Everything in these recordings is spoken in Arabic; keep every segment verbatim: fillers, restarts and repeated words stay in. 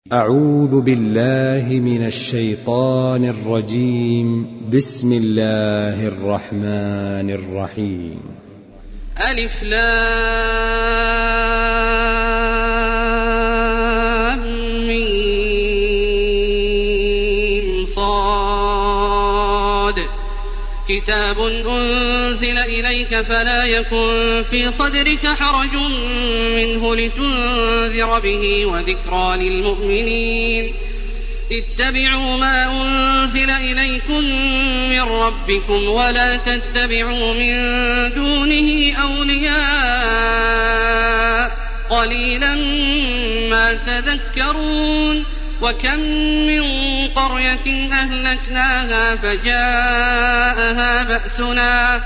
أعوذ بالله من الشيطان الرجيم. بسم الله الرحمن الرحيم. ألف لام ميم صاد كتاب أنزل إليك فلا يكن في صدرك حرج منه لتنذر به وذكرى للمؤمنين. اتبعوا ما أنزل إليكم من ربكم ولا تتبعوا من دونه أولياء قليلا ما تذكرون. وكم من قرية أهلكناها فجاءها بأسنا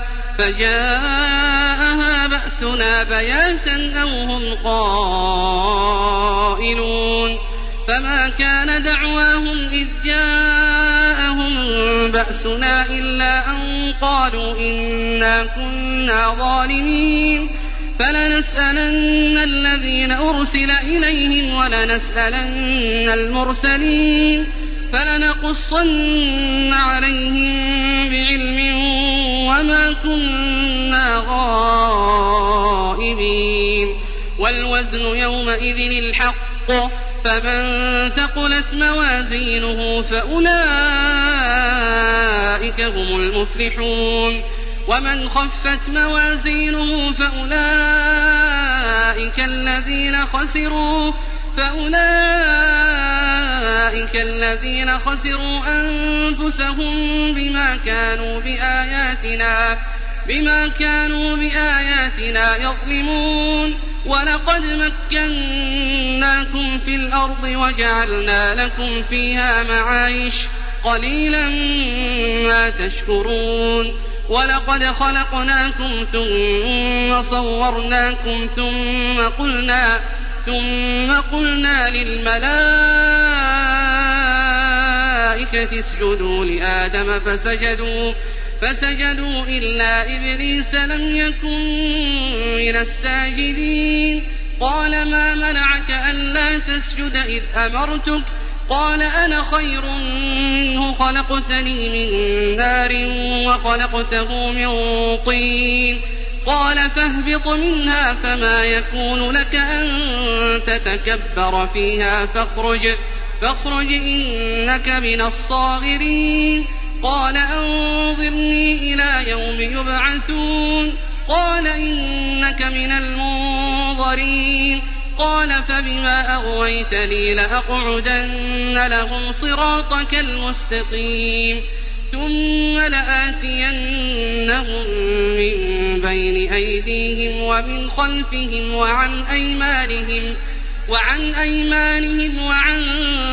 فجاءها بأسنا بياتا أو هم قائلون. فما كان دعواهم إذ جاءهم بأسنا إلا أن قالوا إنا كنا ظالمين. فلنسألن الذين أرسل إليهم ولنسألن المرسلين فلنقصن عليهم بعلم وما كنا غائبين. والوزن يومئذ الحق فمن ثقلت موازينه فأولئك هم المفلحون. ومن خفت موازينه فأولئك الذين خسروا فأولئك الذين خسروا أنفسهم بما كانوا بآياتنا بما كانوا بآياتنا يظلمون. ولقد مكناكم في الأرض وجعلنا لكم فيها معايش قليلا ما تشكرون. ولقد خلقناكم ثم صورناكم ثم قلنا ثم قلنا للملائكة اسجدوا لآدم فسجدوا فسجدوا إلا إبليس لم يكن من الساجدين. قال ما منعك ألا تسجد إذ أمرتك؟ قال أنا خير منه خلقتني من نار وخلقته من طين. قال فاهبط منها فما يكون لك أن تتكبر فيها فاخرج, فاخرج إنك من الصاغرين. قال أنظرني إلى يوم يبعثون. قال إنك من المنظرين. قال فبما أغويتني لأقعدن لهم صراطك المستقيم ثم لآتينهم من بين أيديهم ومن خلفهم وعن أيمانهم وعن أيمانهم وعن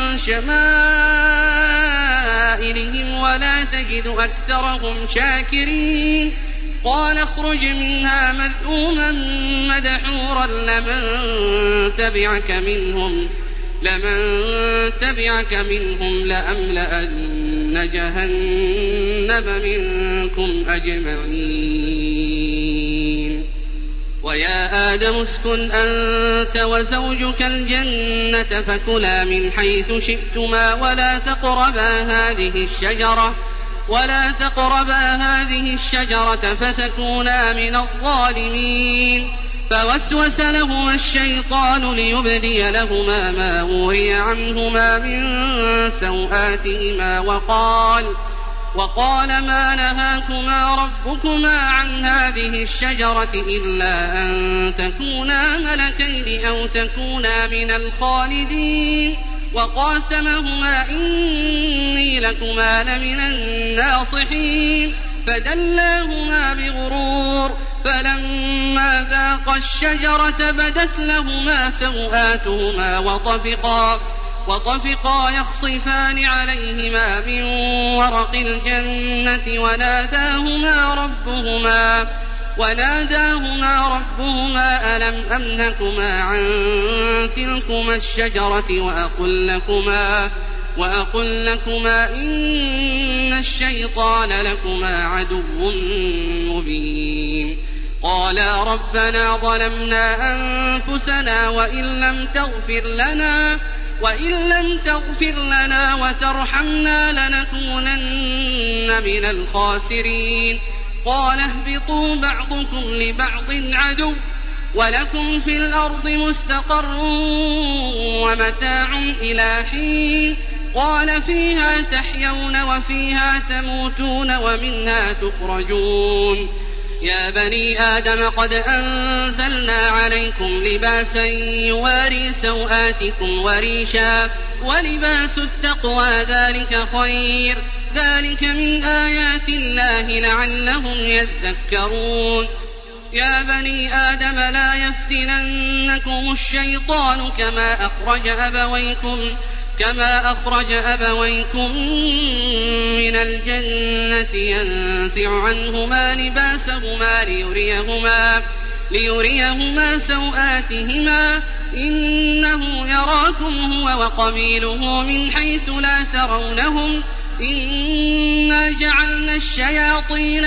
شمائلهم ولا تجد أكثرهم شاكرين. قال اخرج منها مذءوما مدحورا لمن تبعك منهم لمن تبعك منهم لأملأن جهنم منكم أجمعين. ويا آدم اسكن أنت وزوجك الجنة فكلا من حيث شئتما ولا تقربا هذه الشجرة ولا تقربا هذه الشجرة فتكونا من الظالمين. فوسوس لهما الشيطان ليبدي لهما ما وري عنهما من سوآتهما وقال وقال ما نهاكما ربكما عن هذه الشجرة إلا أن تكونا ملكين أو تكونا من الخالدين. وقاسمهما إني لكما لمن الناصحين. فدلاهما بغرور فلما ذاقا الشجرة بدت لهما سوآتهما وطفقا وطفقا يخصفان عليهما من ورق الجنة وناداهما ربهما وناداهما ربهما ألم أنهكما عن تلكما الشجرة وأقل لكما وأقل لكما إن الشيطان لكما عدو مبين. قالا ربنا ظلمنا أنفسنا وإن لم تغفر لنا وإن لم تغفر لنا وترحمنا لنكونن من الخاسرين قال اهبطوا بعضكم لبعض عدو ولكم في الأرض مستقر ومتاع إلى حين قال فيها تحيون وفيها تموتون ومنها تخرجون يا بني آدم قد أنزلنا عليكم لباسا يواري سوآتكم وريشا ولباس التقوى ذلك خير ذلك من آيات الله لعلهم يذكرون يا بني آدم لا يفتننكم الشيطان كما أخرج أبويكم كما أخرج أبويكم من الجنة ينزع عنهما لباسهما ليريهما, ليريهما سوآتهما إنه يراكم هو وقبيله من حيث لا ترونهم إنا جعلنا الشياطين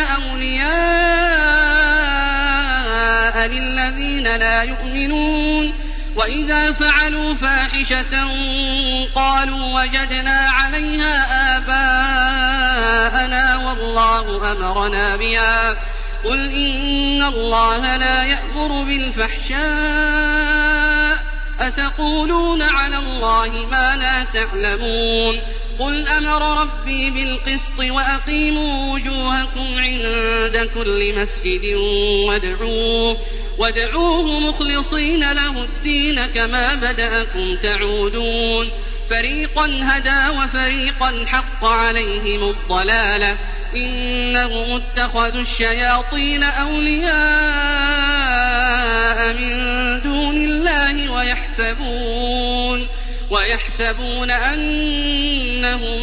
أولياء للذين لا يؤمنون وإذا فعلوا فاحشة قالوا وجدنا عليها آباءنا والله أمرنا بها قل إن الله لا يأمر بالفحشاء أتقولون على الله ما لا تعلمون قل أمر ربي بالقسط وأقيموا وجوهكم عند كل مسجد وادعوه, وادعوه مخلصين له الدين كما بدأكم تعودون فريقا هدى وفريقا حق عليهم الضلالة إنهم اتخذوا الشياطين أولياء من دون الله ويحسبون ويحسبون أنهم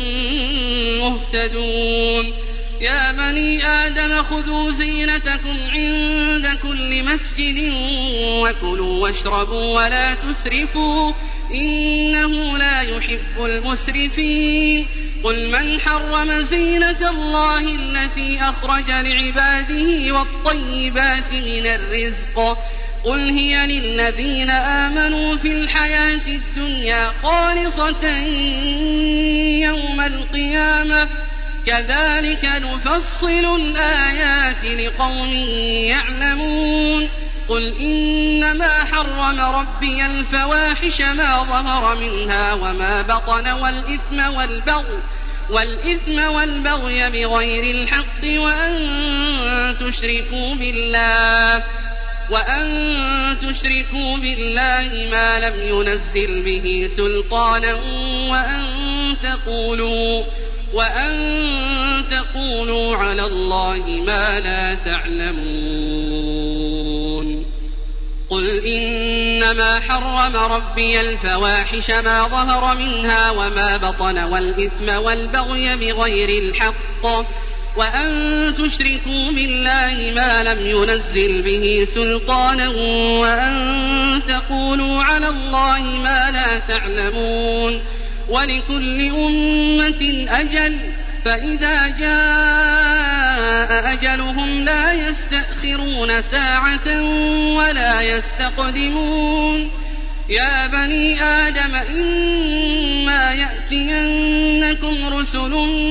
مهتدون يا بني آدم خذوا زينتكم عند كل مسجد وكلوا واشربوا ولا تسرفوا إنه لا يحب المسرفين قل من حرم زينة الله التي أخرج لعباده والطيبات من الرزق قل هي للذين آمنوا في الحياة الدنيا خالصة يوم القيامة كذلك نفصل الآيات لقوم يعلمون قل إنما حرم ربي الفواحش ما ظهر منها وما بطن والإثم والبغي والإثم والبغي بغير الحق وأن تشركوا بالله وأن تشركوا بالله ما لم ينزل به سلطانا وأن تقولوا وأن تقولوا على الله ما لا تعلمون قل إنما حرم ربي الفواحش ما ظهر منها وما بطن والإثم والبغي بغير الحق وأن تشركوا بالله ما لم ينزل به سلطانا وأن تقولوا على الله ما لا تعلمون ولكل أمة أجل فإذا جاء أجلهم لا يستأخرون ساعة ولا يستقدمون يا بني آدم إما يأتينكم رسل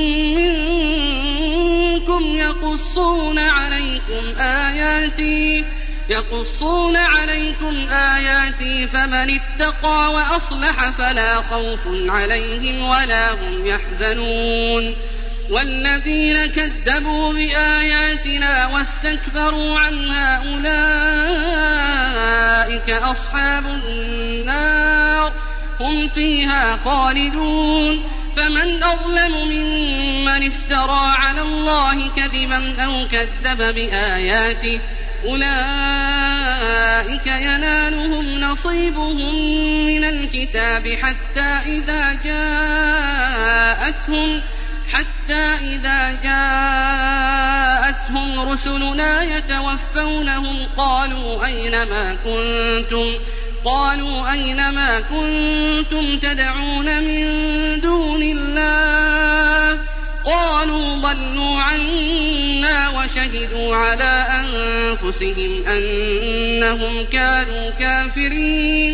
منكم يقصون عليكم آياتي يقصون عليكم آياتي فمن اتقى وأصلح فلا خوف عليهم ولا هم يحزنون والذين كذبوا بآياتنا واستكبروا عنها أولئك أصحاب النار هم فيها خالدون فمن أظلم ممن افترى على الله كذبا أو كذب بآياته أولئك ينالهم نصيبهم من الكتاب حتى إذا جاءتهم حتى إذا جاءتهم رسلنا يتوفونهم قالوا أين ما كنتم قالوا أين ما كنتم تدعون من دون الله قالوا ضلوا عنا وشهدوا على أنفسهم أنهم كانوا كافرين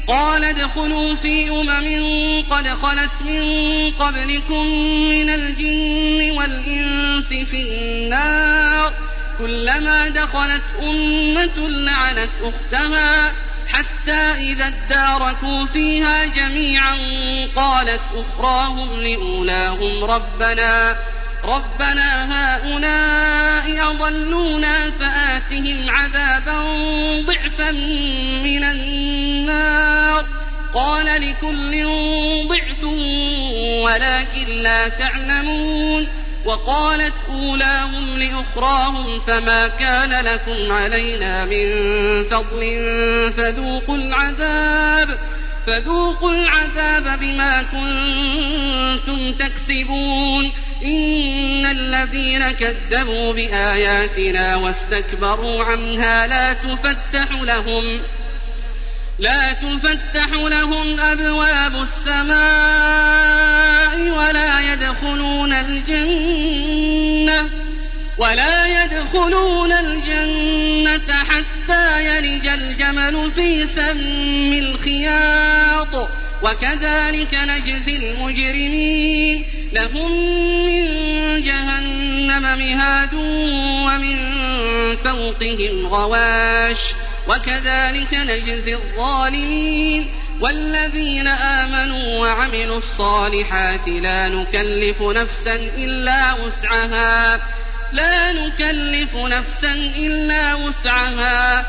قال ادخلوا في أمم قد خلت من قبلكم من الجن والإنس في النار كلما دخلت أمة لعنت أختها حتى إذا اداركوا فيها جميعا قالت أخراهم لأولاهم ربنا ربنا هؤلاء أضلونا فآتهم عذابا ضعفا من النار قال لكل ضعف ولكن لا تعلمون وقالت أولاهم لأخراهم فما كان لكم علينا من فضل فذوقوا العذاب فذوقوا العذاب بما كنتم تكسبون إن الذين كذبوا بآياتنا واستكبروا عنها لا تفتح لهم لا تفتح لهم أبواب السماء ولا يدخلون الجنة ولا يدخلون الجنة حتى يلج الجمل في سم الخياط وكذلك نجزي المجرمين لهم من جهنم مهاد ومن فوقهم غواش وكذلك نجزي الظالمين والذين آمنوا وعملوا الصالحات لا نكلف نفسا إلا وسعها لا نكلف نفسا إلا وسعها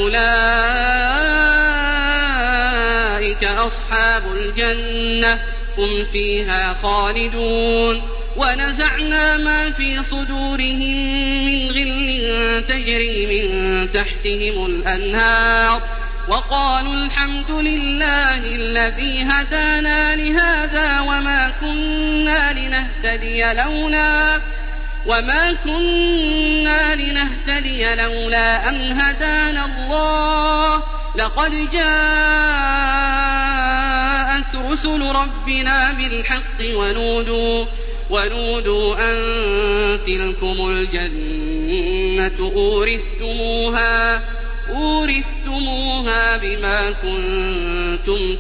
أولئك أصحاب الجنة هم فيها خالدون ونزعنا ما في صدورهم من غل تجري من تحتهم الأنهار وقالوا الحمد لله الذي هدانا لهذا وما كنا لنهتدي لولا وما كنا لنهتدي لولا أن هدانا الله لقد جاءت رسل ربنا بالحق ونودوا ونودوا أن تلكم الجنة أورثتموها أورثتموها بما كنتم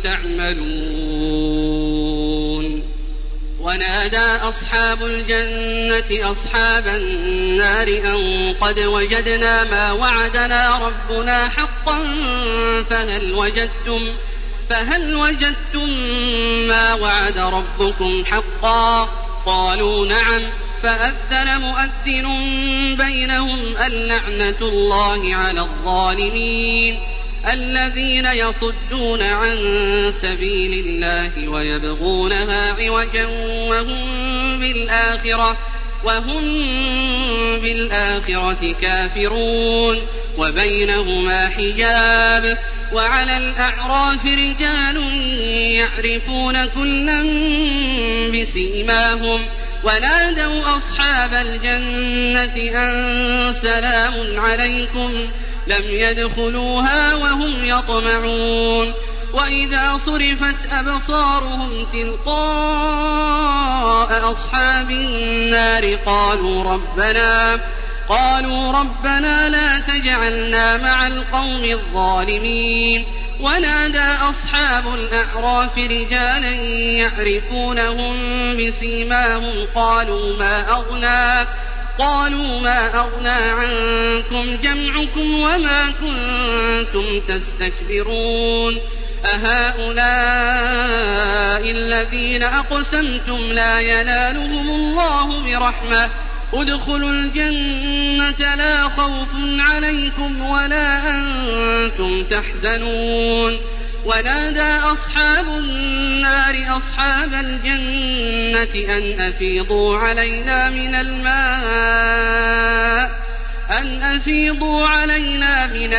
تعملون ونادى أصحاب الجنة أصحاب النار أن قد وجدنا ما وعدنا ربنا حقا فهل وجدتم فهل وجدتم ما وعد ربكم حقا قالوا نعم فأذن مؤذن بينهم اللعنة الله على الظالمين الذين يصدون عن سبيل الله ويبغونها عوجا وهم بالآخرة وهم بالآخرة كافرون وبينهما حجاب وعلى الأعراف رجال يعرفون كلا بسيماهم ونادوا أصحاب الجنة أن سلام عليكم لم يدخلوها وهم يطمعون وإذا صرفت أبصارهم تلقاء أصحاب النار قالوا ربنا قالوا ربنا لا تجعلنا مع القوم الظالمين ونادى أصحاب الأعراف رجالا يعرفونهم بسيماهم قالوا ما أغنى قالوا ما أغنى عنكم جمعكم وما كنتم تستكبرون أهؤلاء الذين أقسمتم لا ينالهم الله برحمة ادخلوا الجنة لا خوف عليكم ولا أنتم تحزنون ونادى أصحاب النار أصحاب الجنة أن أفيضوا علينا من الماء أن أفيضوا علينا من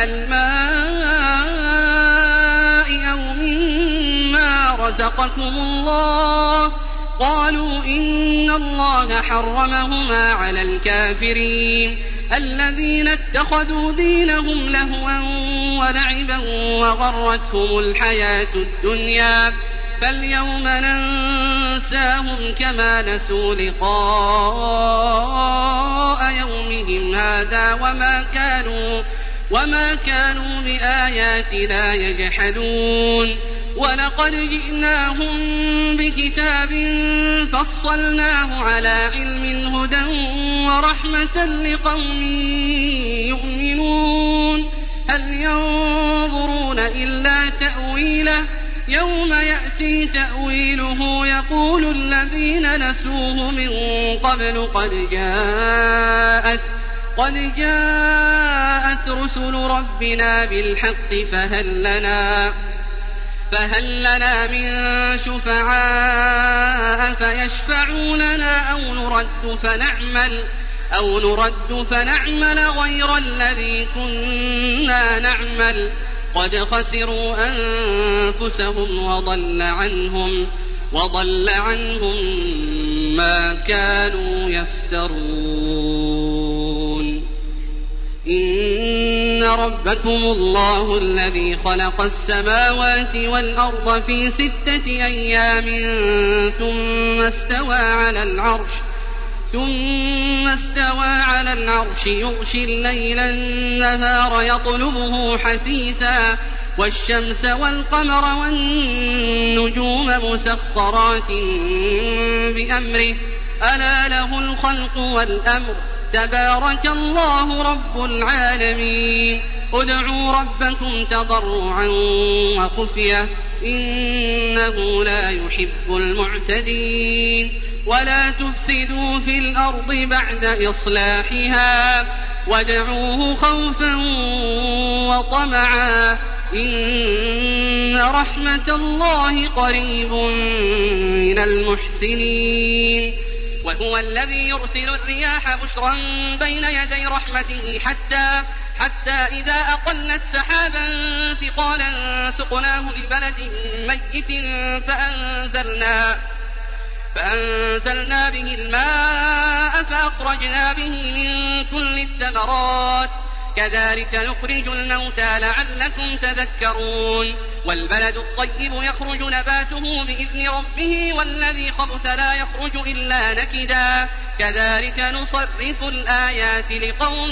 الماء أو مما رزقكم الله قالوا إن الله حرمهما على الكافرين الذين اتخذوا دينهم لهوا ولعبا وغرتهم الحياة الدنيا فاليوم ننساهم كما نسوا لقاء يومهم هذا وما كانوا وما كانوا بآياتنا يجحدون ولقد جئناهم بكتاب فصلناه على علم هدى ورحمة لقوم يؤمنون هل ينظرون إلا تأويله يوم يأتي تأويله يقول الذين نسوه من قبل قد جاءت قد جاءت رسل ربنا بالحق فهل لنا فهل لنا من شفعاء فيشفعوا لنا أو نرد فنعمل أو نرد فنعمل غير الذي كنا نعمل قد خسروا أنفسهم وضل عنهم وضل عنهم ما كانوا يفترون إن ربكم الله الذي خلق السماوات والأرض في ستة أيام ثم استوى على العرش ثم استوى على العرش يغشي الليل النهار يطلبه حثيثا والشمس والقمر والنجوم مسخرات بأمره ألا له الخلق والأمر تبارك الله رب العالمين ادعوا ربكم تضرعا وخفية إنه لا يحب المعتدين ولا تفسدوا في الأرض بعد إصلاحها وادعوه خوفا وطمعا إن رحمة الله قريب من المحسنين وهو الذي يرسل الرياح بشرا بين يدي رحمته حتى حتى إذا أقلت سحابا ثقالا سقناه لبلد ميت فأنزلنا فأنزلنا به الماء فأخرجنا به من كل الثمرات كذلك نخرج الموتى لعلكم تذكرون والبلد الطيب يخرج نباته بإذن ربه والذي خبث لا يخرج إلا نكدا كذلك نصرف الآيات لقوم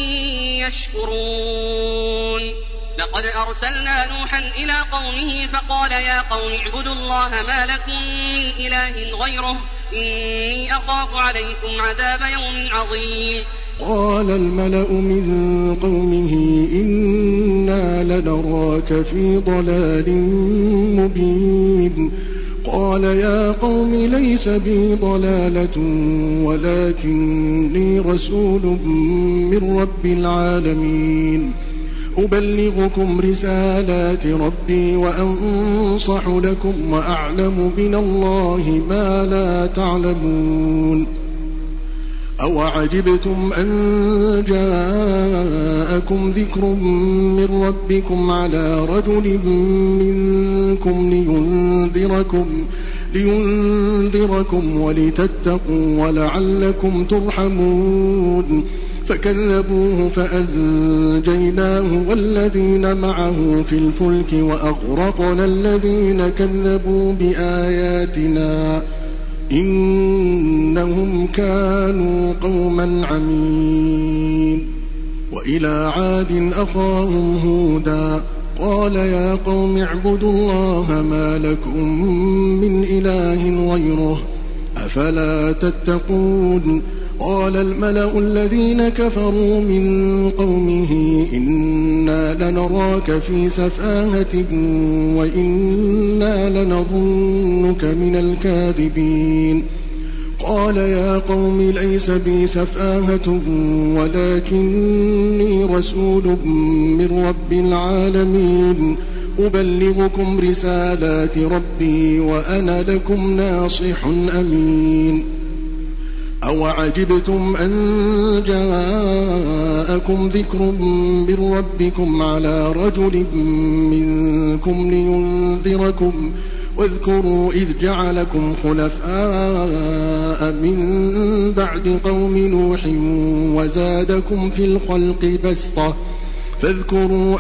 يشكرون لقد أرسلنا نوحا إلى قومه فقال يا قوم اعبدوا الله ما لكم من إله غيره إني أخاف عليكم عذاب يوم عظيم قال الملأ من قومه إنا لنراك في ضلال مبين قال يا قوم ليس بي ضلالة ولكني رسول من رب العالمين أبلغكم رسالات ربي وأنصح لكم وأعلم من الله ما لا تعلمون أوعجبتم أن جاءكم ذكر من ربكم على رجل منكم لينذركم, لينذركم ولتتقوا ولعلكم ترحمون فكذبوه فأنجيناه والذين معه في الفلك وأغرقنا الذين كذبوا بآياتنا إنهم كانوا قوما عمين وإلى عاد أخاهم هودا قال يا قوم اعبدوا الله ما لكم من إله غيره أفلا تتقون قال الملأ الذين كفروا من قومه إنا لنراك في سفاهة وإنا لنظنك من الكاذبين قال يا قوم ليس بي سفاهة ولكني رسول من رب العالمين أبلغكم رسالات ربي وأنا لكم ناصح أمين أوعجبتم أن جاءكم ذكر من ربكم على رجل منكم لينذركم واذكروا إذ جعلكم خلفاء من بعد قوم نوح وزادكم في الخلق بسطة فاذكروا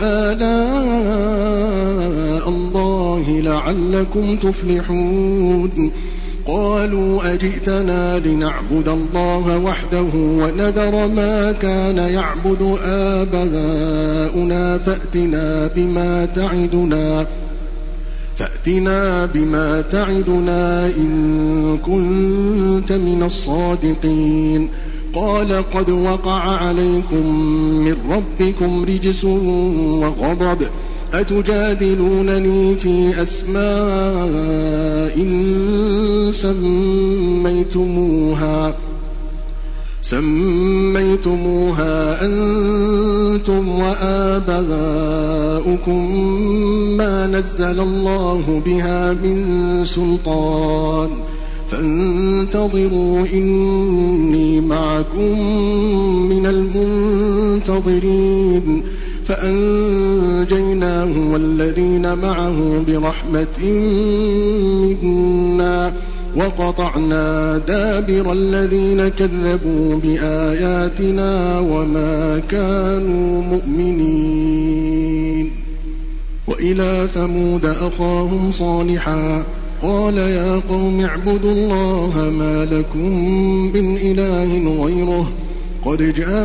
آلاء الله لعلكم تفلحون قالوا أجئتنا لنعبد الله وحده ونذر ما كان يعبد آباؤنا فأتنا بما تعدنا فأتنا بما تعدنا إن كنت من الصادقين قال قد وقع عليكم من ربكم رجس وغضب أتجادلونني في أسماء سميتموها سميتموها أنتم وآباؤكم ما نزل الله بها من سلطان فانتظروا إني معكم من المنتظرين فأنجيناه والذين معه برحمة منا وقطعنا دابر الذين كذبوا بآياتنا وما كانوا مؤمنين. وإلى ثمود أخاهم صالحا قال يا قوم اعبدوا الله ما لكم من إله غيره قد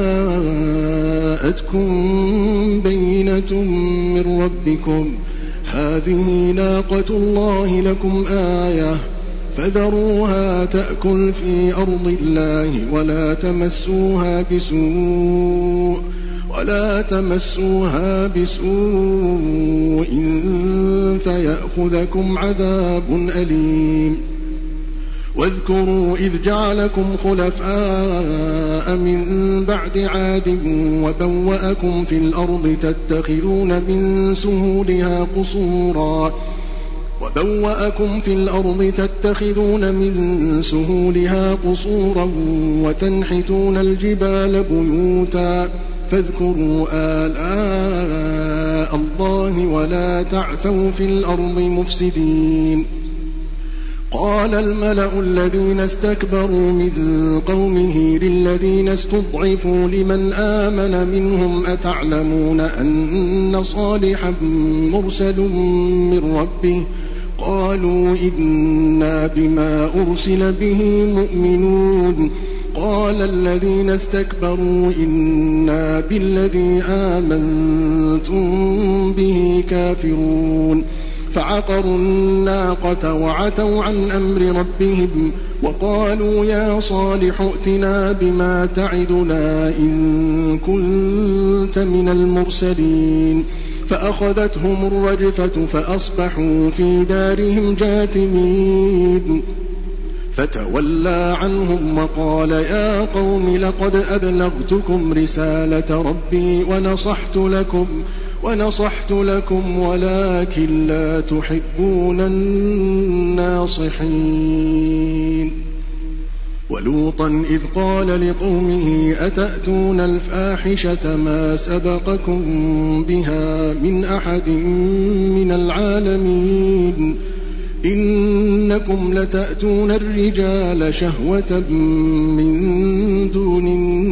جاءتكم بينة من ربكم هذه ناقة الله لكم آية فذروها تأكل في أرض الله ولا تمسوها بسوء ولا تمسوها بسوء فيأخذكم عذاب أليم. واذكروا إذ جعلكم خلفاء من بعد عاد وبوأكم في الأرض تتخذون من سهولها قصورا وبوأكم في الأرض تتخذون من سهولها قصورا وتنحتون الجبال بيوتا فاذكروا آلاء الله ولا تعثوا في الأرض مفسدين. قال الملأ الذين استكبروا من قومه للذين استضعفوا لمن آمن منهم أتعلمون أن صالحا مرسل من ربه قالوا إنا بما أرسل به مؤمنون. قال الذين استكبروا إنا بالذي آمنتم به كافرون. فعقروا الناقة وعتوا عن أمر ربهم وقالوا يا صالح ائتنا بما تعدنا إن كنت من المرسلين. فأخذتهم الرجفة فأصبحوا في دارهم جاثمين. فتولى عنهم وقال يا قوم لقد أبلغتكم رسالة ربي ونصحت لكم ونصحت لكم ولكن لا تحبون الناصحين. ولوطا إذ قال لقومه أتأتون الفاحشة ما سبقكم بها من أحد من العالمين إنكم لتأتون الرجال شهوة من دون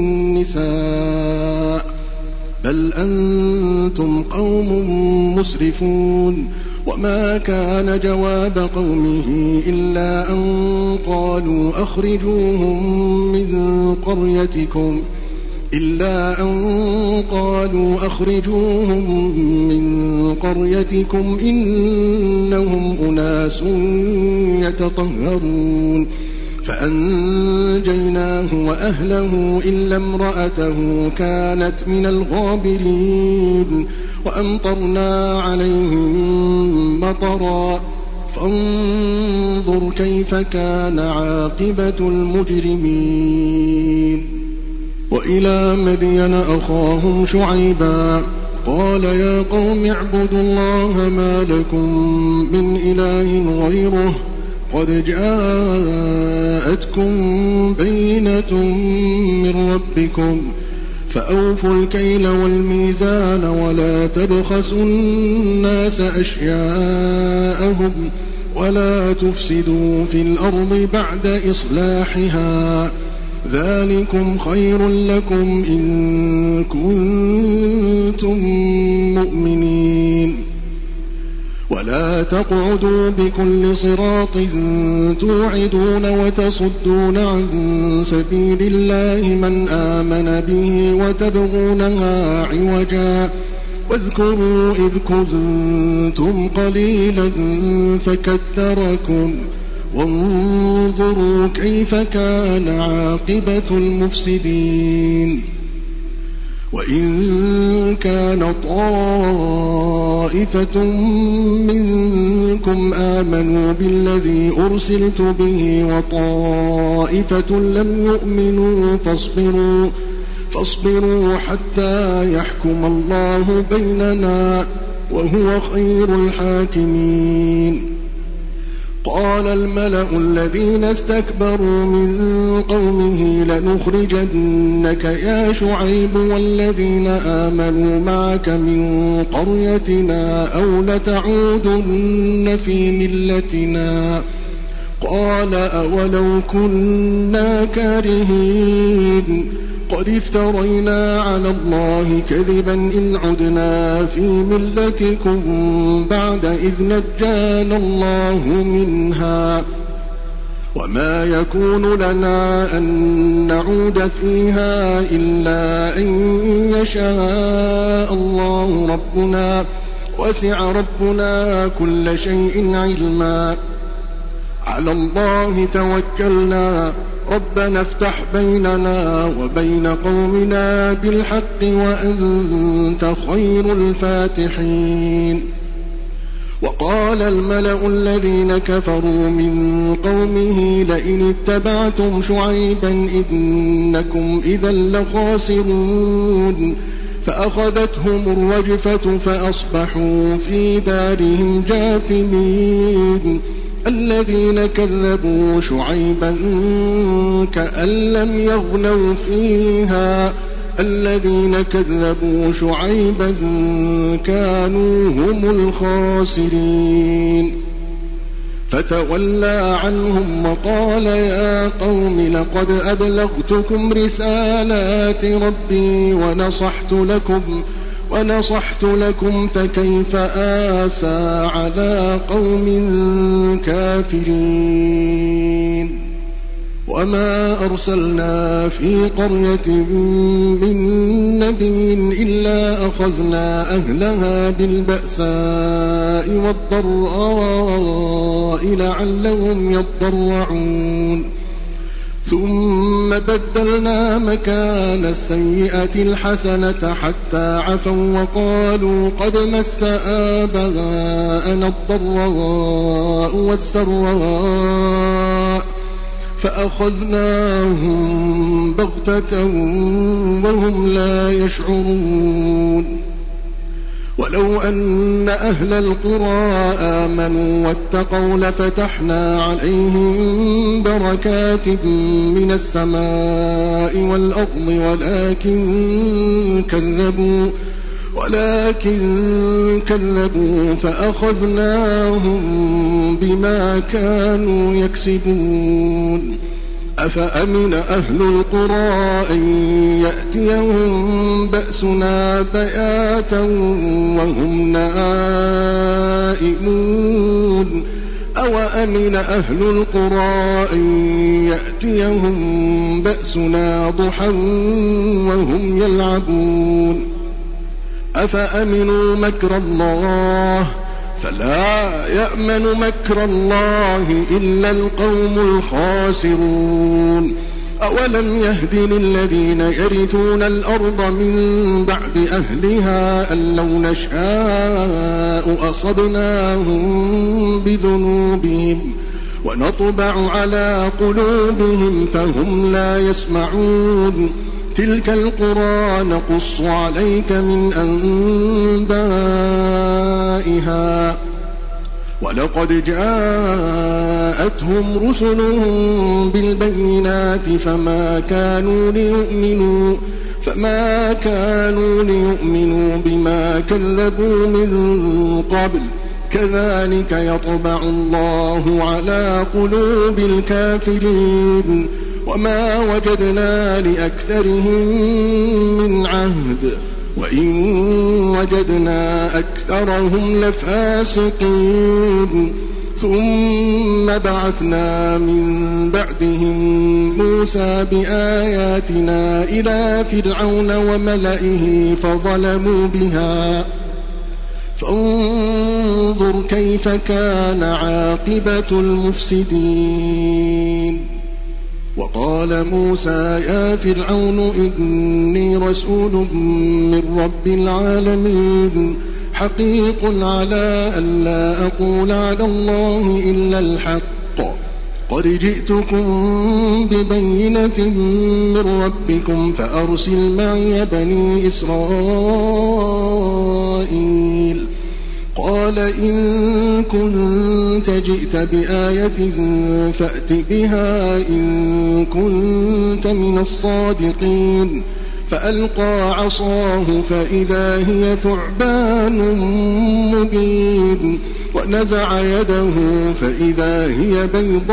النساء بل أنتم قوم مسرفون. وما كان جواب قومه إلا أن قالوا أخرجوهم من قريتكم إلا أن قالوا أخرجوهم من قريتكم إنهم أناس يتطهرون. فأنجيناه وأهله إلا امرأته كانت من الغابرين. وأمطرنا عليهم مطرا فانظر كيف كان عاقبة المجرمين. وإلى مدين أخاهم شعيبا قال يا قوم اعبدوا الله ما لكم من إله غيره قد جاءتكم بينة من ربكم فأوفوا الكيل والميزان ولا تبخسوا الناس أشياءهم ولا تفسدوا في الأرض بعد إصلاحها ذلكم خير لكم إن كنتم مؤمنين. ولا تقعدوا بكل صراط توعدون وتصدون عن سبيل الله من آمن به وتبغونها عوجا واذكروا إذ كنتم قليلا فكثركم وانظروا كيف كان عاقبة المفسدين. وإن كان طائفة منكم آمنوا بالذي أرسلت به وطائفة لم يؤمنوا فاصبروا, فاصبروا حتى يحكم الله بيننا وهو خير الحاكمين. قال الملأ الذين استكبروا من قومه لنخرجنك يا شعيب والذين آمنوا معك من قريتنا أو لتعودن في ملتنا. قال أولو كنا كارهين قد افترينا على الله كذبا إن عدنا في ملتكم بعد إذ نجانا الله منها وما يكون لنا أن نعود فيها إلا أن يشاء الله ربنا وسع ربنا كل شيء علما. على الله توكلنا ربنا افتح بيننا وبين قومنا بالحق وأنت خير الفاتحين. وقال الملأ الذين كفروا من قومه لئن اتبعتم شعيبا إنكم إذا لخاسرون. فأخذتهم الرجفة فأصبحوا في دارهم جاثمين. الذين كذبوا شعيبا كأن لم يغنوا فيها الذين كذبوا شعيبا كانوا هم الخاسرين. فتولى عنهم وقال يا قوم لقد أبلغتكم رسالات ربي ونصحت لكم ونصحت لكم فكيف آسى على قوم كافرين. وما أرسلنا في قرية من نبي إلا أخذنا أهلها بالبأساء والضراء لعلهم يضرعون. ثم بدلنا مكان السيئة الحسنة حتى عفوا وقالوا قد مس آباءنا الضراء والسراء فأخذناهم بغتة وهم لا يشعرون. ولو أن أهل القرى آمنوا واتقوا لفتحنا عليهم بركات من السماء والأرض ولكن كذبوا ولكن كذبوا فأخذناهم بما كانوا يكسبون. أفأمن أهل القرى أن يأتيهم بأسنا بياتا وهم نائمون أو أمن أهل القرى أن يأتيهم بأسنا ضحى وهم يلعبون. أفأمنوا مكر الله فلا يأمن مكر الله إلا القوم الخاسرون. أولم يهد للذين يرثون الأرض من بعد أهلها أن لو نشاء أصبناهم بذنوبهم ونطبع على قلوبهم فهم لا يسمعون. تلك القرى نقص عليك من أنبائها ولقد جاءتهم رسلهم بالبينات فما كانوا ليؤمنوا فما كانوا ليؤمنوا بما كذبوا من قبل كذلك يطبع الله على قلوب الكافرين وما وجدنا لأكثرهم من عهد وإن وجدنا أكثرهم لفاسقين ثم بعثنا من بعدهم موسى بآياتنا إلى فرعون وملئه فظلموا بها فانظر كيف كان عاقبة المفسدين. وقال موسى يا فرعون إني رسول من رب العالمين حقيق على أن لا أقول على الله إلا الحق قد جئتكم ببينة من ربكم فأرسل معي بني إسرائيل. قال إن كنت جئت بآية فأت بها إن كنت من الصادقين. فألقى عصاه فإذا هي ثعبان مبين ونزع يده فإذا هي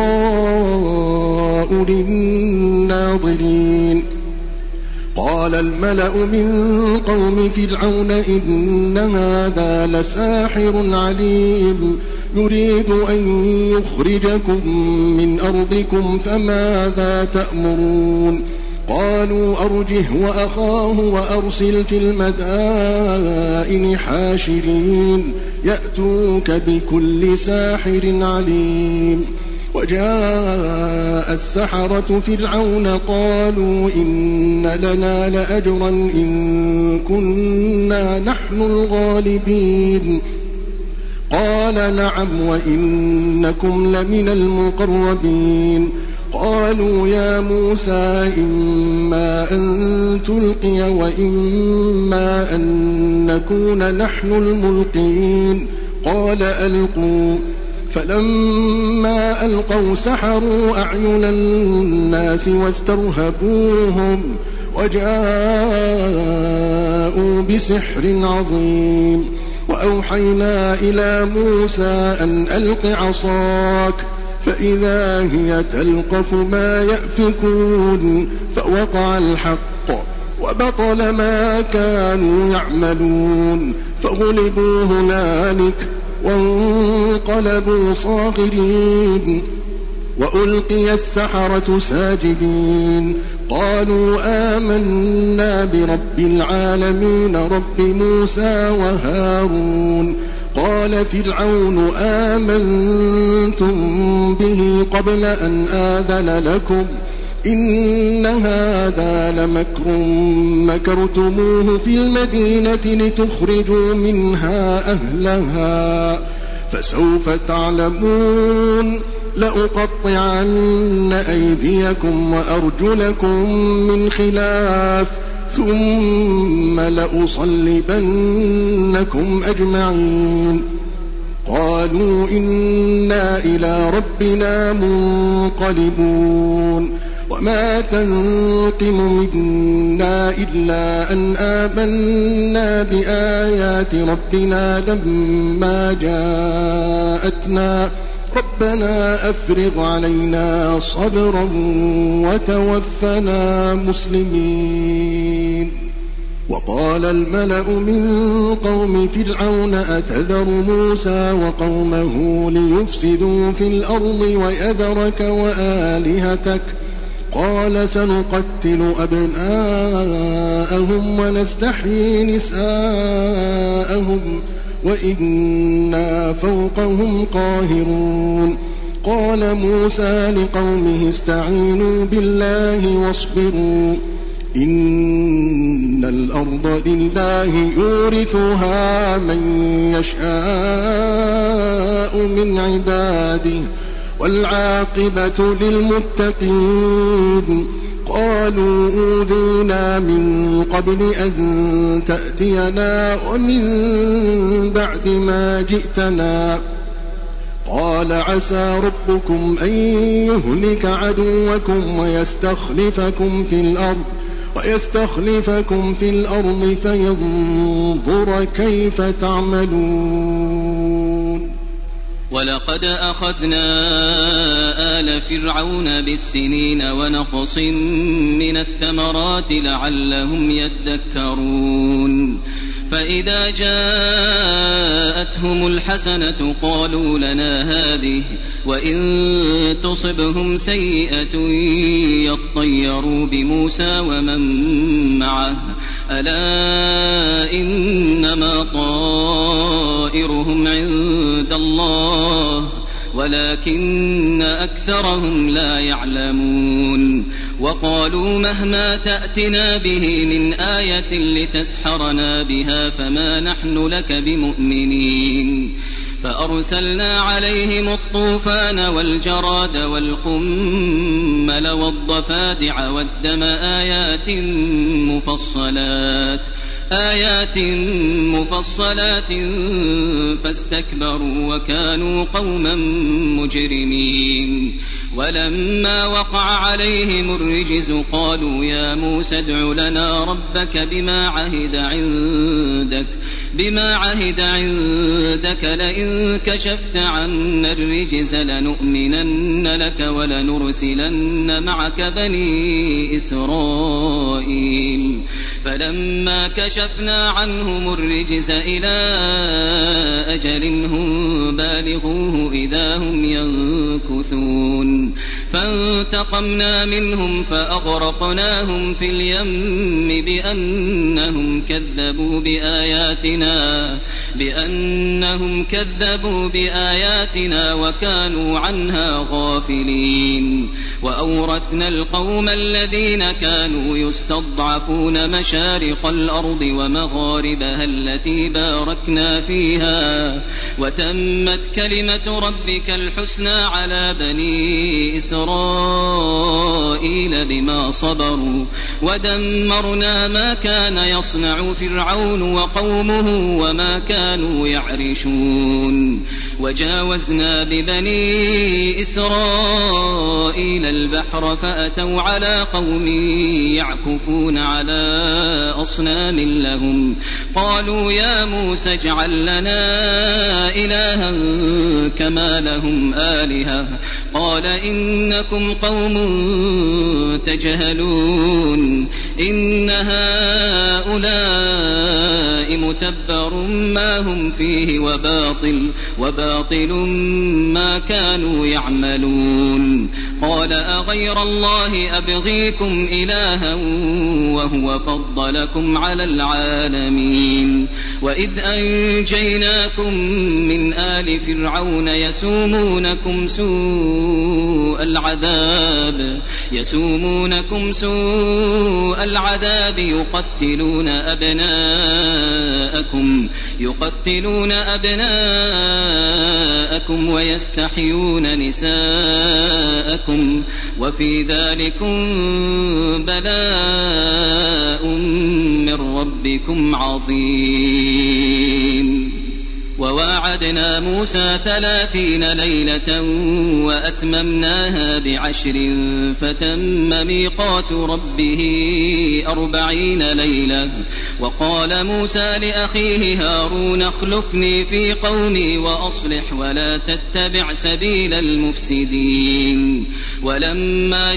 بيضاء للناظرين. قال الملأ من قوم فرعون إن هذا لساحر عليم يريد أن يخرجكم من أرضكم فماذا تأمرون. قالوا أرجه وأخاه وأرسل في المدائن حاشرين يأتوك بكل ساحر عليم. وجاء السحرة فرعون قالوا إن لنا لأجرا إن كنا نحن الغالبين. قال نعم وإنكم لمن المقربين. قالوا يا موسى إما أن تلقي وإما أن نكون نحن الملقين. قال ألقوا. فلما ألقوا سحروا أعين الناس واسترهبوهم وجاءوا بسحر عظيم. وأوحينا إلى موسى أن ألق عصاك فإذا هي تلقف ما يأفكون فوقع الحق وبطل ما كانوا يعملون فغلبوا هنالك وانقلبوا صاغرين. وألقي السحرة ساجدين قالوا آمنا برب العالمين رب موسى وهارون. قال فرعون آمنتم به قبل أن آذن لكم إن هذا لمكر مكرتموه في المدينة لتخرجوا منها أهلها فسوف تعلمون. لأقطعن أيديكم وأرجلكم من خلاف ثم لأصلبنكم أجمعين. قالوا إنا إلى ربنا منقلبون. وما تنقم منا إلا أن آمنا بآيات ربنا لما جاءتنا ربنا أفرغ علينا صبرا وتوفنا مسلمين. وقال الملأ من قوم فرعون أتذر موسى وقومه ليفسدوا في الأرض ويذرك وآلهتك قال سنقتل أبناءهم ونستحيي نساءهم وإنا فوقهم قاهرون. قال موسى لقومه استعينوا بالله واصبروا إن الأرض لله يورثها من يشاء من عباده والعاقبة للمتقين. قالوا أوذينا من قبل أن تأتينا ومن بعد ما جئتنا. قال عسى ربكم أن يهلك عدوكم ويستخلفكم في الأرض ويستخلفكم في الأرض فينظر كيف تعملون. ولقد أخذنا آل فرعون بالسنين ونقص من الثمرات لعلهم يذكرون فإذا جاءتهم الحسنة قالوا لنا هذه وإن تصبهم سيئة يطيروا بموسى ومن معه ألا إنما طائرهم عند الله ولكن أكثرهم لا يعلمون وقالوا مهما تأتنا به من آية لتسحرنا بها فما نحن لك بمؤمنين فأرسلنا عليهم الطوفان والجراد والقمل والضفادع والدم آيات مفصلات آيات مفصلات فاستكبروا وكانوا قوما مجرمين ولما وقع عليهم الرجز قالوا يا موسى ادع لنا ربك بما عهد عندك بما عهد عندك لئن كشفت عنا الرجز لنؤمنن لك ولنرسلن معك بني إسرائيل فلما كشفنا عنهم الرجز إلى أجل هم بالغوه إذا هم ينكثون فانتقمنا منهم فأغرقناهم في اليم بأنهم كذبوا بآياتنا بأنهم كذبوا بآياتنا وكانوا عنها غافلين وأورثنا القوم الذين كانوا يستضعفون مشارق الأرض ومغاربها التي باركنا فيها وتمت كلمة ربك الحسنى على بني إسرائيل بما صبروا ودمرنا ما كان يصنع فرعون وقومه وما كانوا يعرشون وجاوزنا ببني إسرائيل البحر فأتوا على قوم يعكفون على أصنام لهم قالوا يا موسى اجعل لنا إلها كما لهم آلهة قال إنكم قوم تجهلون إن هؤلاء متبر ما هم فيه وباطل وباطل ما كانوا يعملون قال أغير الله أبغيكم إلها وهو فضلكم على العالمين وإذ أنجيناكم من آل فرعون يسومونكم سوء العذاب يسومونكم سوء العذاب يقتلون أبناءكم يقتلون أبناءكم ويستحيون نساءكم وفي ذلكم بلاء من ربكم عظيم وواعدنا موسى ثلاثين ليلة وأتممناها بعشر فتم ميقات ربه أربعين ليلة وقال موسى لأخيه هارون اخلفني في قومي وأصلح ولا تتبع سبيل المفسدين ولما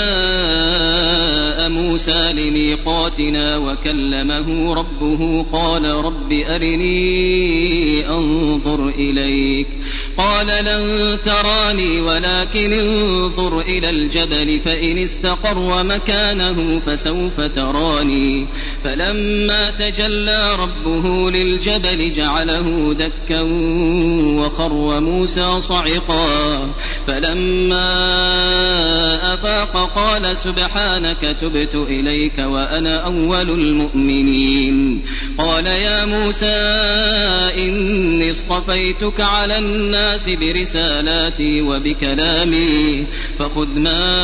جاء موسى لميقاتنا وكلمه ربه قال رب أرني انظر إليك قال لن تراني ولكن انظر إلى الجبل فإن استقر مكانه فسوف تراني فلما تجلى ربه للجبل جعله دكا وخر موسى صعقا فلما أفاق قال سبحانك تبت إليك وأنا أول المؤمنين قال يا موسى إني اصطفيتك على الناس برسالاتي وبكلامي فخذ ما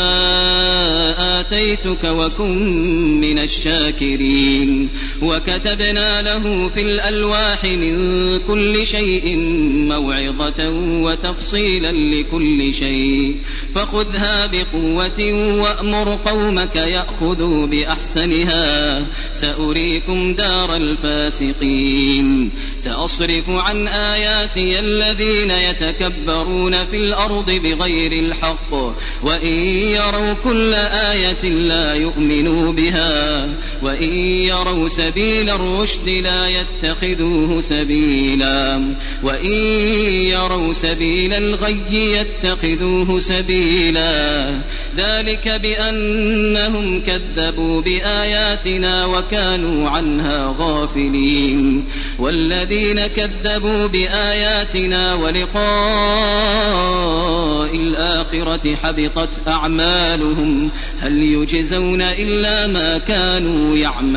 آتيتك وكن من الشاكرين وكتبنا له في الألواح من كل شيء موعظة وتفصيلا لكل شيء فخذها بقوة قوة وأمر قومك يأخذوا بأحسنها سأريكم دار الفاسقين سأصرف عن آياتي الذين يتكبرون في الأرض بغير الحق وإن يروا كل آية لا يؤمنوا بها وإن يروا سبيل الرشد لا يتخذوه سبيلا وإن يروا سبيل الغي يتخذوه سبيلا ذلك بأنهم كذبوا بآياتنا وكانوا عنها غافلين والذين كذبوا بآياتنا ولقاء الآخرة حبطت أعمالهم هل يجزون إلا ما كانوا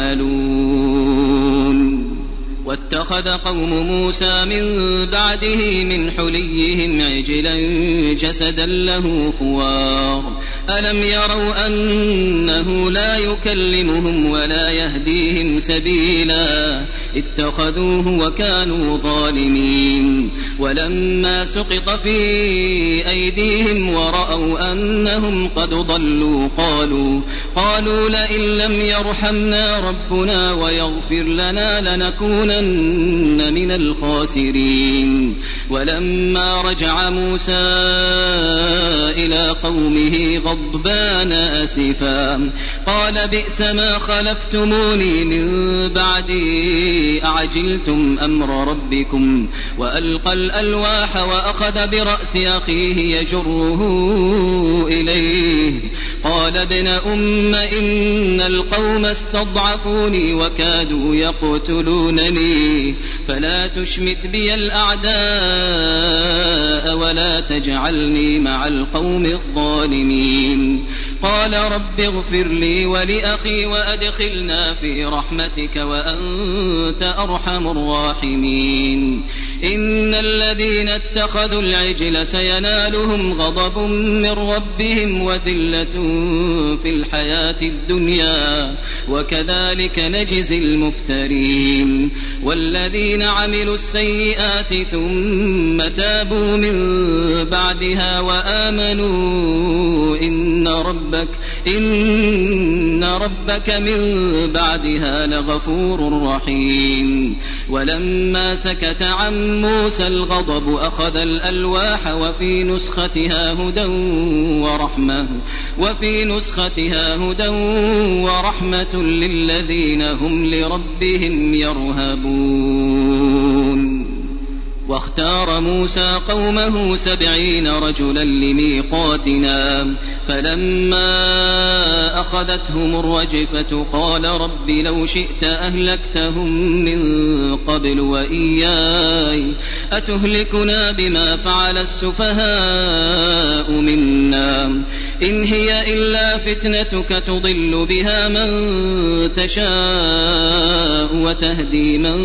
يعملون واتخذ قوم موسى من بعده من حليهم عجلا جسدا له خوار ألم يروا أنه لا يكلمهم ولا يهديهم سبيلا اتخذوه وكانوا ظالمين ولما سقط في أيديهم ورأوا أنهم قد ضلوا قالوا قالوا لئن لم يرحمنا ربنا ويغفر لنا لنكونن من الخاسرين ولما رجع موسى إلى قومه غضبان أسفا قال بئس ما خلفتموني من بعدي أعجلتم أمر ربكم وألقى الألواح وأخذ برأس أخيه يجره إليه قال ابن أم إن القوم استضعفوني وكادوا يقتلونني فلا تشمت بي الأعداء ولا تجعلني مع القوم الظالمين قال رب اغفر لي ولأخي وأدخلنا في رحمتك وأنت أرحم الراحمين إن الذين اتخذوا العجل سينالهم غضب من ربهم وذلة في الحياة الدنيا وكذلك نجزي المفترين والذين عملوا السيئات ثم تابوا من بعدها وآمنوا إن ربك إن ربك من بعدها لغفور رحيم ولما سكت عن موسى الغضب أخذ الألواح وفي نسختها هدى ورحمة وفي نسختها هدى ورحمة للذين هم لربهم يرهبون واختار موسى قومه سبعين رجلا لميقاتنا فلما أخذتهم الرجفة قال رب لو شئت أهلكتهم من قبل وإياي أتهلكنا بما فعل السفهاء منا إن هي إلا فتنتك تضل بها من تشاء وتهدي من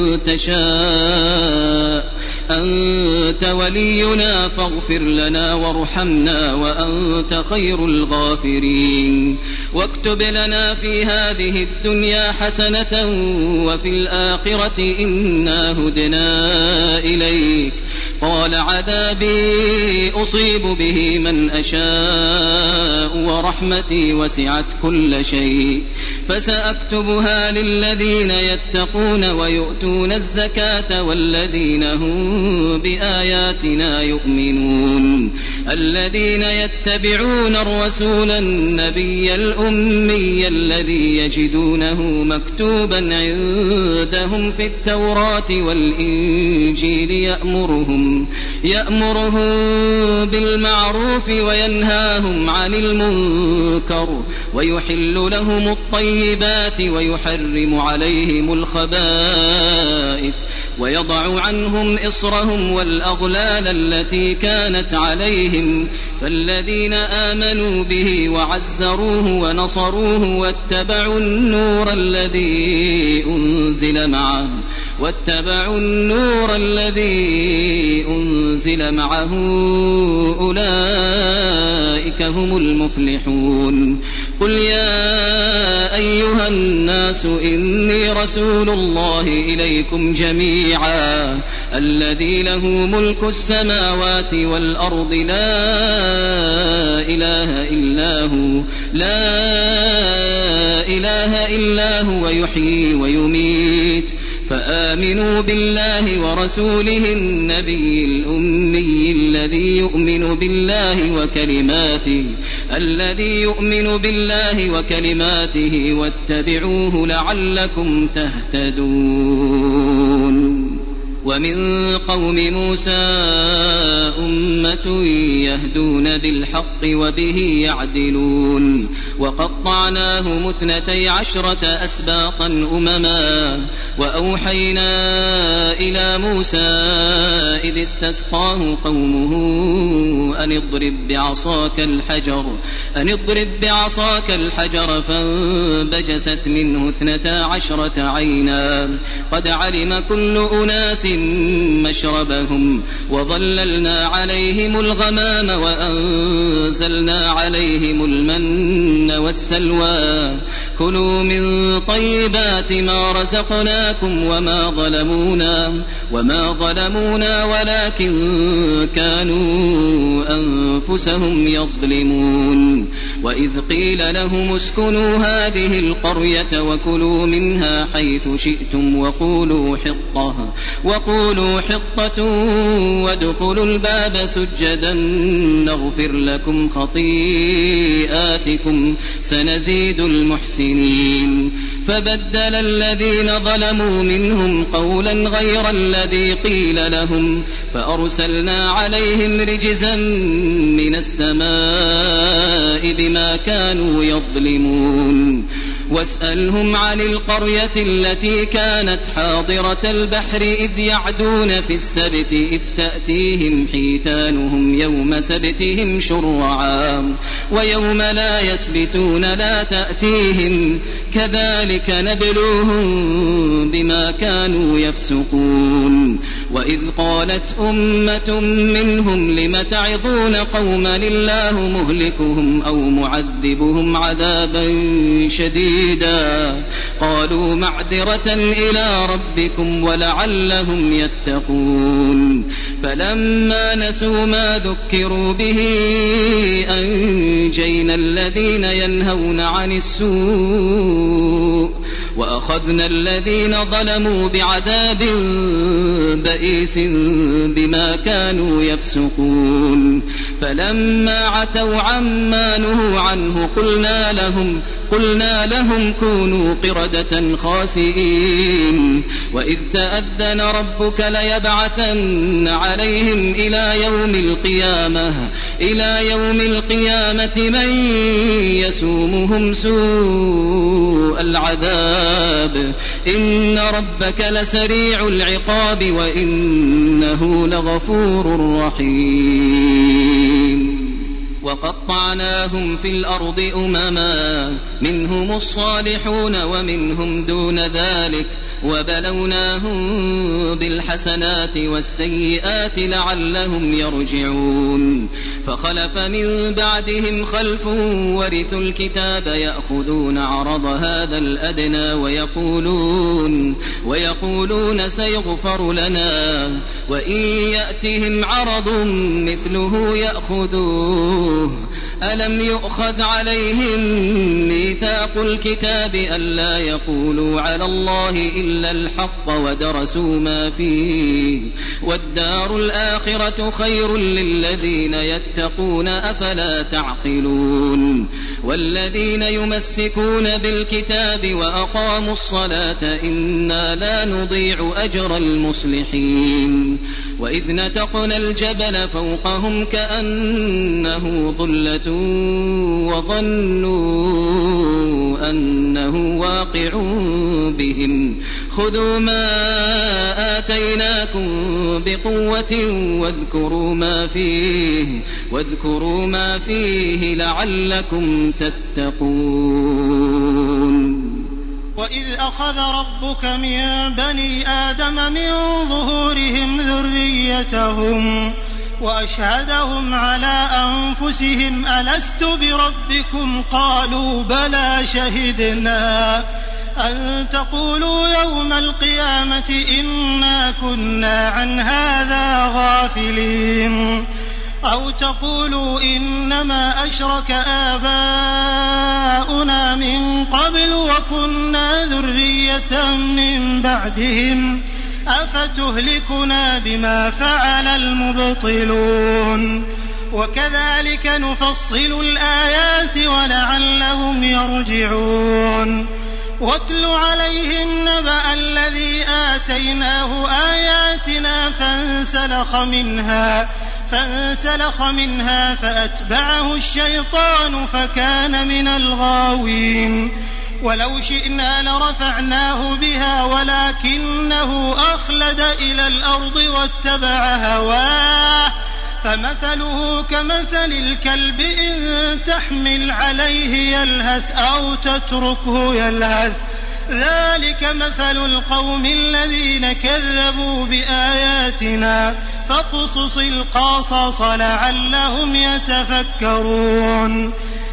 تشاء أنت ولينا فاغفر لنا وارحمنا وأنت خير الغافرين واكتب لنا في هذه الدنيا حسنة وفي الآخرة إنا هدنا إليك قال عذابي أصيب به من أشاء ورحمتي وسعت كل شيء فسأكتبها للذين يتقون ويؤتون الزكاة والذين هم بآياتنا يؤمنون الذين يتبعون الرسول النبي الأمي الذي يجدونه مكتوبا عندهم في التوراة والإنجيل يأمرهم يأمرهم بالمعروف وينهاهم عن المنكر ويحل لهم الطيبات ويحرم عليهم الخبائث ويضع عنهم إصرهم والأغلال التي كانت عليهم فالذين آمنوا به وعزروه ونصروه واتبعوا النور الذي أنزل معه واتبعوا النور الذي أنزل معه أولئك هم المفلحون قل يا أيها الناس إني رسول الله إليكم جميعا الذي له ملك السماوات والأرض لا إله إلا هو لا إله إلا هو يحيي ويميت فآمنوا بالله ورسوله النبي الأمي الذي يؤمن بالله وكلماته الذي يؤمن بالله وكلماته واتبعوه لعلكم تهتدون. ومن قوم موسى أمة يهدون بالحق وبه يعدلون وقطعناهم اثنتي عشرة أسباطا أمما وأوحينا إلى موسى إذ استسقاه قومه أن اضرب بعصاك الحجر أن اضرب بعصاك الحجر فانبجست منه اثنتا عشرة عينا قد علم كل أناس مشربهم وظللنا عليهم الغمام وأنزلنا عليهم المن والسلوى كلوا من طيبات ما رزقناكم وما ظلمونا وما ظلمونا ولكن كانوا أنفسهم يظلمون. وإذ قيل لهم اسكنوا هذه القرية وكلوا منها حيث شئتم وقولوا حطة وقولوا حطة وادخلوا الباب سجدا نغفر لكم خطيئاتكم سنزيد المحسنين. فبدل الذين ظلموا منهم قولا غير الذي قيل لهم فأرسلنا عليهم رجزا من السماء بما كانوا يظلمون. واسألهم عن القرية التي كانت حاضرة البحر إذ يعدون في السبت إذ تأتيهم حيتانهم يوم سبتهم شرعا ويوم لا يسبتون لا تأتيهم كذلك نبلوهم بما كانوا يفسقون. وإذ قالت أمة منهم لم تعظون قوما الله مهلكهم أو معذبهم عذابا شديدا قالوا معذرة إلى ربكم ولعلهم يتقون. فلما نسوا ما ذكروا به أنجينا الذين ينهون عن السوء وأخذنا الذين ظلموا بعذاب بئيس بما كانوا يفسقون. فلما عتوا عما نهوا عنه قلنا لهم قلنا لهم كونوا قردة خاسئين. وإذ تأذن ربك ليبعثن عليهم إلى يوم القيامة إلى يوم القيامة من يسومهم سوء العذاب إن ربك لسريع العقاب وإنه لغفور رحيم. وقطعناهم في الأرض أمما منهم الصالحون ومنهم دون ذلك وبلوناهم بالحسنات والسيئات لعلهم يرجعون. فخلف من بعدهم خلف ورثوا الكتاب يأخذون عرض هذا الأدنى ويقولون, ويقولون سيغفر لنا وإن يأتهم عرض مثله يأخذوه. ألم يؤخذ عليهم ميثاق الكتاب ألا يقولوا على الله إلا الحق ودرسوا ما فيه والدار الآخرة خير للذين يتقون أفلا تعقلون. والذين يمسكون بالكتاب وأقاموا الصلاة إنا لا نضيع أجر المصلحين. وإذ نتقنا الجبل فوقهم كأنه ظلة وظنوا أنه واقع بهم خذوا ما آتيناكم بقوة واذكروا ما فيه واذكروا ما فيه لعلكم تتقون. وإذ أخذ ربك من بني آدم من ظهورهم ذريتهم وأشهدهم على أنفسهم ألست بربكم قالوا بلى شهدنا أن تقولوا يوم القيامة إنا كنا عن هذا غافلين أو تقولوا إنما أشرك آباؤنا من قبل وكنا ذرية من بعدهم أفتهلكنا بما فعل المبطلون وكذلك نفصل الآيات ولعلهم يرجعون واتل عليهم نبأ الذي آتيناه آياتنا فانسلخ منها فانسلخ منها فأتبعه الشيطان فكان من الغاوين ولو شئنا لرفعناه بها ولكنه أخلد إلى الأرض واتبع هواه فمثله كمثل الكلب إن تحمل عليه يلهث أو تتركه يلهث ذلك مثل القوم الذين كذبوا بآياتنا فاقصص القصص لعلهم يتفكرون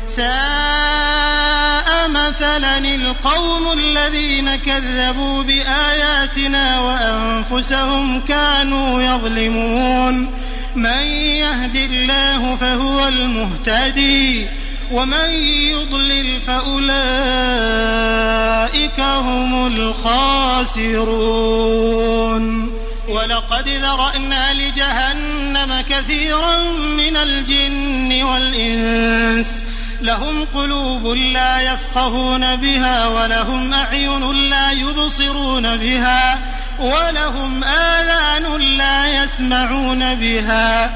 ساء مثلا القوم الذين كذبوا بآياتنا وأنفسهم كانوا يظلمون من يهد الله فهو المهتدي ومن يضلل فأولئك هم الخاسرون ولقد ذرأنا لجهنم كثيرا من الجن والإنس لهم قلوب لا يفقهون بها ولهم أعين لا يبصرون بها ولهم آذان لا يسمعون بها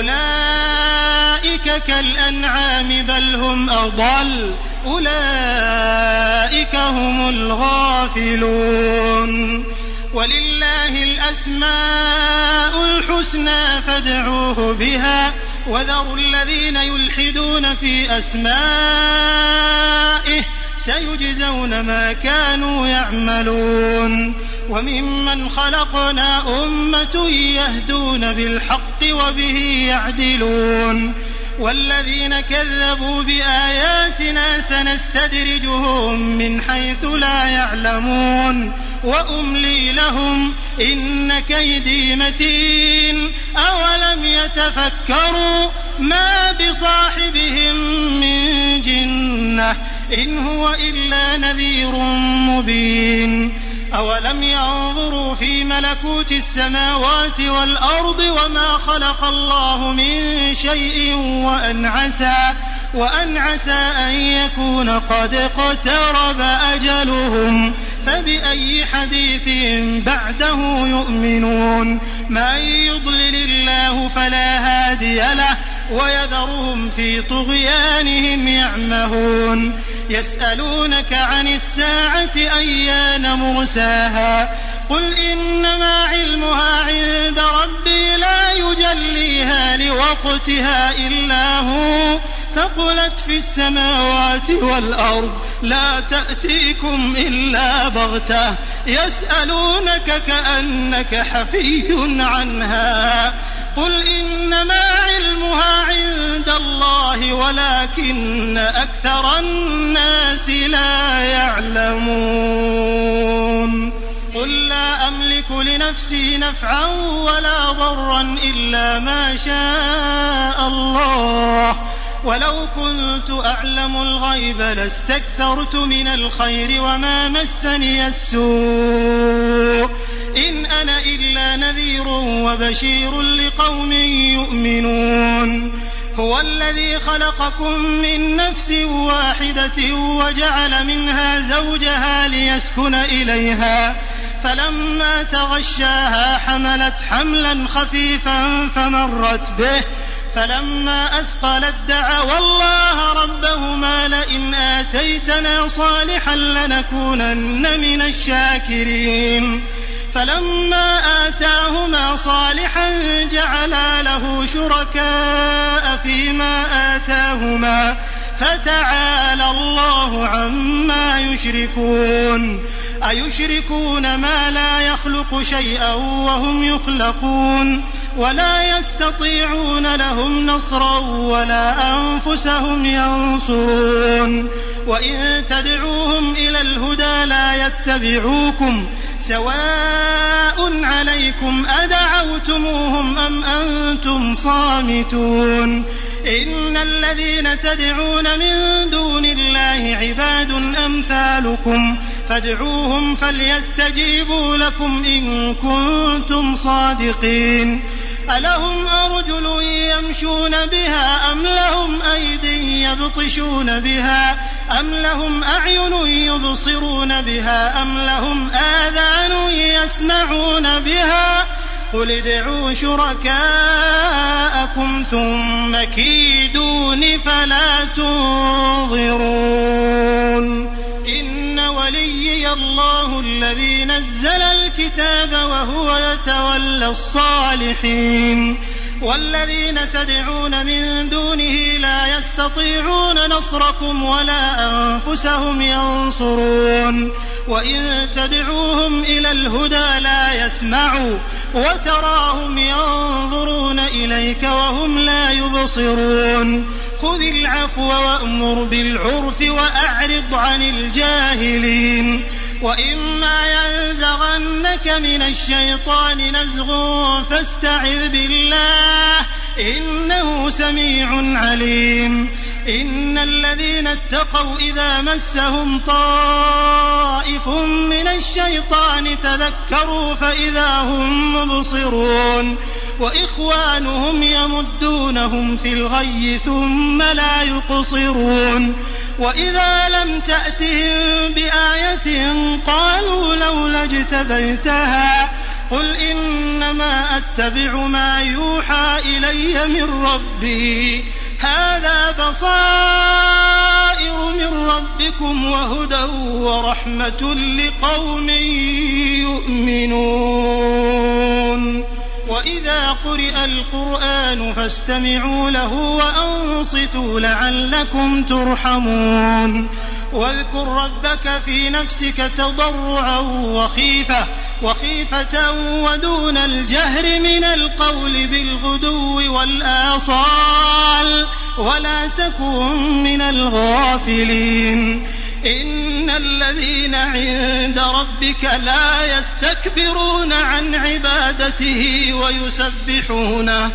أولئك كالأنعام بل هم أضل أولئك هم الغافلون ولله الأسماء الحسنى فادعوه بها وذروا الذين يلحدون في أسمائه سيجزون ما كانوا يعملون وممن خلقنا أمة يهدون بالحق وبه يعدلون والذين كذبوا بآياتنا سنستدرجهم من حيث لا يعلمون وأملي لهم إن كيدي متين أولم يتفكروا ما بصاحبهم من جنة إن هو إلا نذير مبين أولم ينظروا في ملكوت السماوات والأرض وما خلق الله من شيء وأن عسى, وأن عسى أن يكون قد اقترب أجلهم فبأي حديث بعده يؤمنون من يضلل الله فلا هادي له ويذرهم في طغيانهم يعمهون يسألونك عن الساعة أيان مرساها قل إنما علمها عند ربي لا يجليها لوقتها إلا هو ثقلت في السماوات والأرض لا تأتيكم إلا بغتة يسألونك كأنك حفي عنها قل إنما علمها عند الله ولكن أكثر الناس لا يعلمون قل لا أملك لنفسي نفعا ولا ضرا إلا ما شاء الله ولو كنت أعلم الغيب لاستكثرت من الخير وما مسني السوء إن أنا إلا نذير وبشير لقوم يؤمنون هو الذي خلقكم من نفس واحدة وجعل منها زوجها ليسكن إليها فلما تغشاها حملت حملا خفيفا فمرت به فلما أثقلت دعوا الله ربهما لئن آتيتنا صالحا لنكونن من الشاكرين فلما آتاهما صالحا جعلا له شركاء فيما آتاهما فتعالى الله عما يشركون أيشركون ما لا يخلق شيئا وهم يخلقون ولا يستطيعون لهم نصرا ولا أنفسهم ينصرون وإن تدعوهم إلى الهدى لا يتبعوكم سواء عليكم أدعوتموهم أم أنتم صامتون إن الذين تدعون من دون الله عباد أمثالكم فادعوهم فليستجيبوا لكم إن كنتم صادقين ألهم أرجل يمشون بها أم لهم أيدي يبطشون بها أم لهم أعين يبصرون بها أم لهم آذان يسمعون بها قل ادعوا شركاءكم ثم كيدون فلا تنظرون إن وليي الله الذي نزل الكتاب وهو يتولى الصالحين والذين تدعون من دونه لا يستطيعون نصركم ولا أنفسهم ينصرون وإن تدعوهم إلى الهدى لا يسمعوا وتراهم ينظرون إليك وهم لا يبصرون خذ العفو وأمر بالعرف وأعرض عن الجاهلين وإما ينزغنك من الشيطان نزغ فاستعذ بالله إنه سميع عليم إن الذين اتقوا إذا مسهم طائف من الشيطان تذكروا فإذا هم مبصرون وإخوانهم يمدونهم في الغي ثم لا يقصرون وإذا لم تأتهم بآية قالوا لولا اجتبيتها قل إنما أتبع ما يوحى إلي من ربي هذا بصائر من ربكم وهدى ورحمة لقوم يؤمنون وإذا قرئ القرآن فاستمعوا له وأنصتوا لعلكم ترحمون واذكر ربك في نفسك تضرعا وخيفة وخيفة ودون الجهر من القول بالغدو والآصال ولا تكن من الغافلين إن الذين عند ربك لا يستكبرون عن عبادته ويسبحونه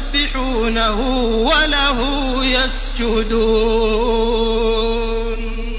ويسبحونه وله يسجدون.